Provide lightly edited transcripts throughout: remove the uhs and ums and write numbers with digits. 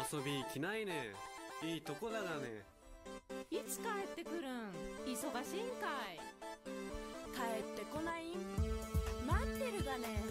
遊び来ないね。いいとこだがね。 いつ帰ってくるん？忙しいんかい？ 帰ってこないん？待ってるがね。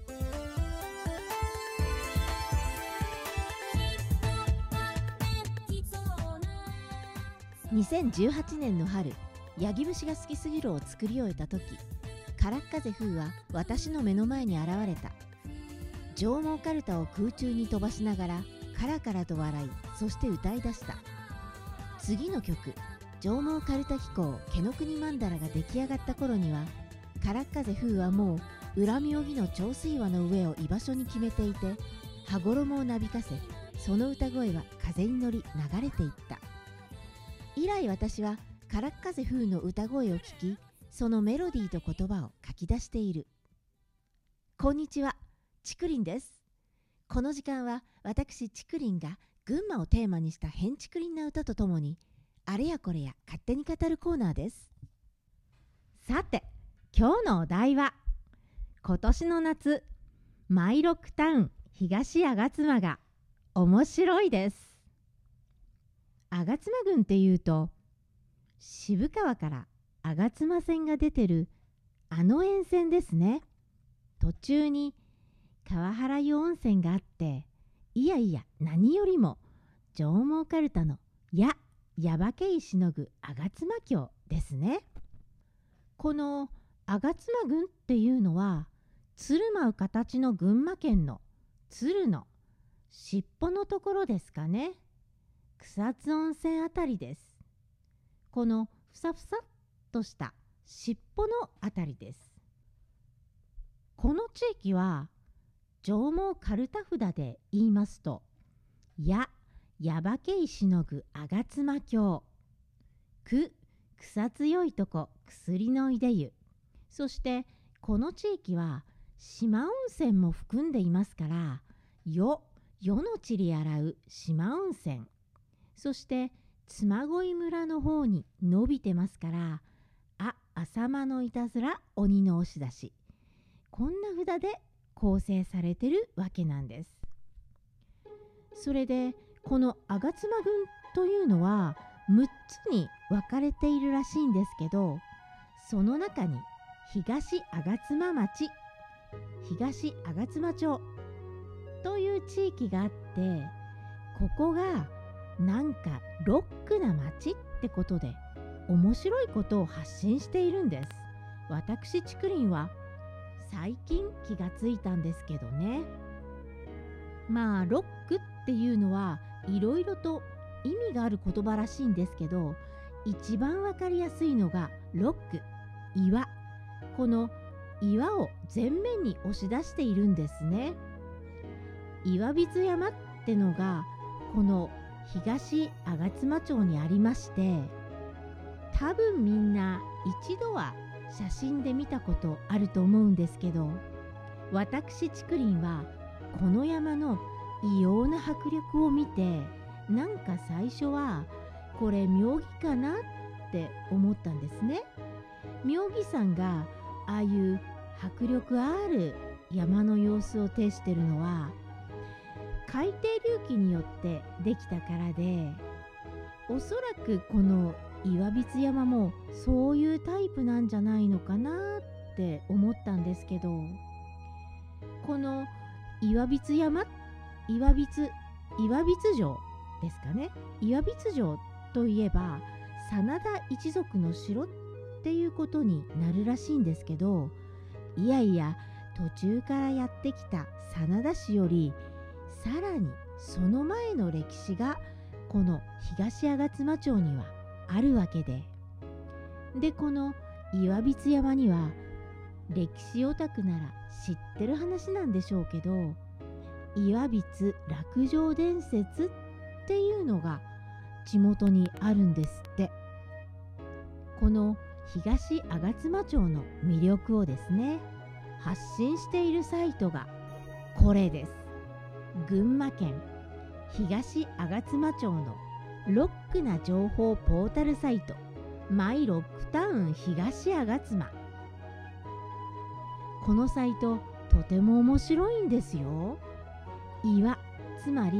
2018年の春、ヤギ節が好きすぎるを作り終えた時、からっ風風は私の目の前に現れた。上毛かるたを空中に飛ばしながらカラカラと笑い、そして歌い出した。次の曲、上毛かるた紀行毛の国曼荼羅が出来上がった頃には、からっ風風はもう裏妙義の長水輪の上を居場所に決めていて、羽衣をなびかせ、その歌声は風に乗り流れていった。以来私はからっ風風の歌声を聞き、そのメロディーと言葉を書き出している。こんにちは、ちくりんです。この時間は私ちくりんが群馬をテーマにしたへんちくりんな歌とともに、あれやこれや勝手に語るコーナーです。さて、今日のお題は、今年の夏、マイロックタウン東吾妻が面白いです。吾妻郡っていうと、渋川から吾妻線が出てるあの沿線ですね。途中に川原湯温泉があって、いやいや何よりも上毛かるたの耶馬渓しのぐ吾妻峡ですね。この吾妻郡っていうのは、鶴舞う形の群馬県の鶴の尻尾のところですかね。草津温泉あたりです。このふさふさっとした尻尾のあたりです。この地域は上毛かるた札で言いますと、耶馬渓しのぐ吾妻峡、草強いとこ薬のいで湯、そしてこの地域は四万温泉も含んでいますから、世の地に洗う四万温泉、そして妻恋村の方に伸びてますから、浅間のいたずら鬼の押し出し、こんな札で構成されてるわけなんです。それでこの吾妻郡というのは6つに分かれているらしいんですけど、その中に東吾妻町、東吾妻町という地域があって、ここがなんかロックな町ってことで面白いことを発信しているんです。私ちくりんは最近気がついたんですけどね。まあロックっていうのはいろいろと意味がある言葉らしいんですけど、一番わかりやすいのがロック、岩。この岩を前面に押し出しているんですね。岩櫃山ってのがこの東吾妻町にありまして、多分みんな一度は写真で見たことあると思うんですけど、私ちくりんはこの山の異様な迫力を見て、なんか最初はこれ妙義かなって思ったんですね。妙義山がああいう迫力ある山の様子を呈しているのは海底隆起によってできたからで、おそらくこの岩櫃山もそういうタイプなんじゃないのかなって思ったんですけど、この岩櫃山、岩櫃城ですかね。岩櫃城といえば真田一族の城っていうことになるらしいんですけど、いやいや途中からやってきた真田氏よりさらにその前の歴史がこの東吾妻町にはあるわけで、この岩櫃山には歴史オタクなら知ってる話なんでしょうけど、岩櫃落城伝説っていうのが地元にあるんですって。この東吾妻町の魅力をですね、発信しているサイトがこれです。群馬県東吾妻町のロックな情報ポータルサイト、マイロックタウン東吾妻。このサイトとても面白いんですよ。岩、つまり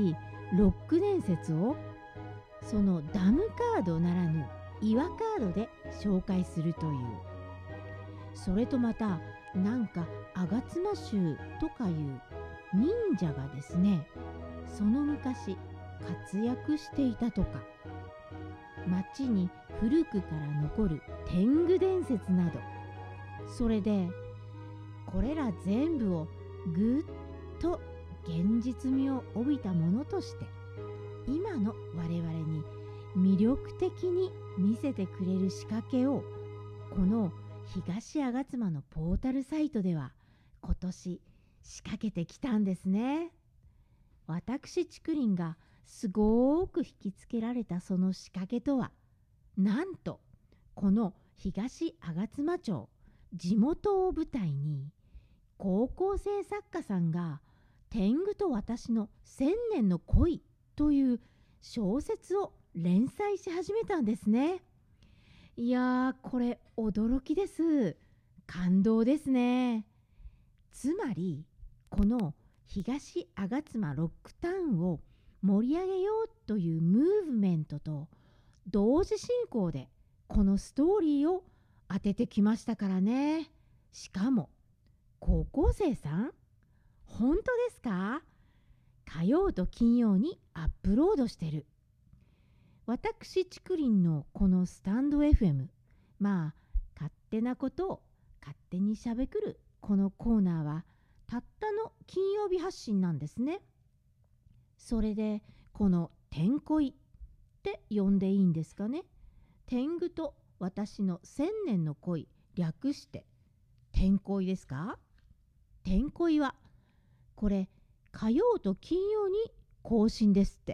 ロック伝説をそのダムカードならぬ岩カードで紹介するという。それとまたなんか吾妻衆とかいう忍者がですね、その昔活躍していたとか、町に古くから残る天狗伝説など、それでこれら全部をぐっと現実味を帯びたものとして今の我々に魅力的に見せてくれる仕掛けを、この東吾妻のポータルサイトでは今年仕掛けてきたんですね。私竹林がすごーく引きつけられたその仕掛けとは、なんとこの東吾妻町地元を舞台に高校生作家さんが天狗と私の千年の恋という小説を連載し始めたんですね。いやー、これ驚きです。感動ですね。つまりこの東吾妻ロックタウンを盛り上げようというムーブメントと同時進行でこのストーリーを当ててきましたからね。しかも高校生さん、本当ですか？火曜と金曜にアップロードしてる。私竹林のこのスタンド FM、 まあ勝手なことを勝手にしゃべくるこのコーナーはたったの金曜日発信なんですね。それでこの天恋って呼んでいいんですかね。天狗と私の千年の恋、略して天恋ですか。天恋はこれ火曜と金曜に更新ですって。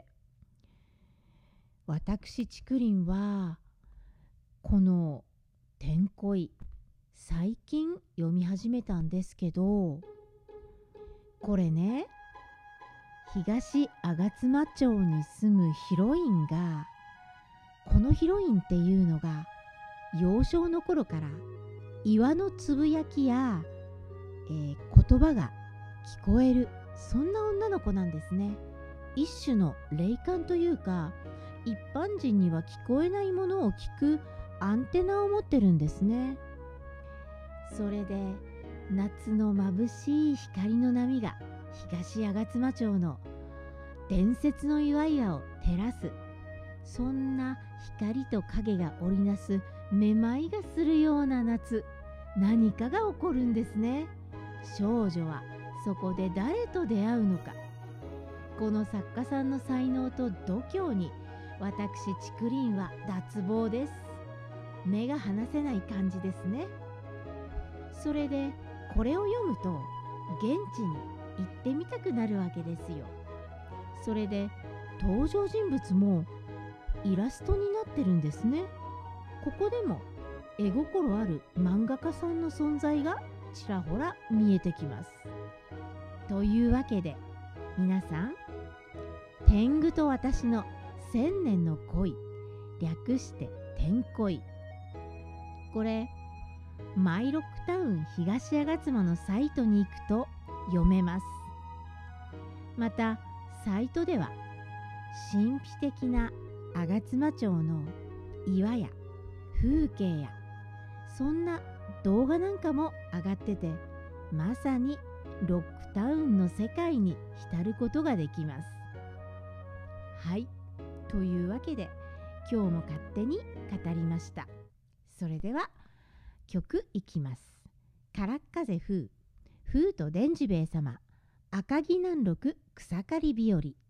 私竹林はこの天恋最近読み始めたんですけど、これね、東吾妻町に住むヒロインが、このヒロインっていうのが幼少の頃から岩のつぶやきや、言葉が聞こえる、そんな女の子なんですね。一種の霊感というか、一般人には聞こえないものを聞くアンテナを持ってるんですね。それで夏の眩しい光の波が東吾妻町の伝説の岩々を照らす、そんな光と影が織りなすめまいがするような夏、何かが起こるんですね。少女はそこで誰と出会うのか。この作家さんの才能と度胸に私竹林は脱帽です。目が離せない感じですね。それでこれを読むと現地に行ってみたくなるわけですよ。それで登場人物もイラストになってるんですね。ここでも絵心ある漫画家さんの存在がちらほら見えてきます。というわけで皆さん、天狗と私の千年の恋、略して天恋、これマイロックタウン東吾妻のサイトに行くと読めます。またサイトでは神秘的な吾妻町の岩や風景や、そんな動画なんかも上がってて、まさにロックタウンの世界に浸ることができます。はい、というわけで今日も勝手に語りました。それでは曲いきます。からっ風風、風と伝次兵衛様、赤城南六草刈り日和。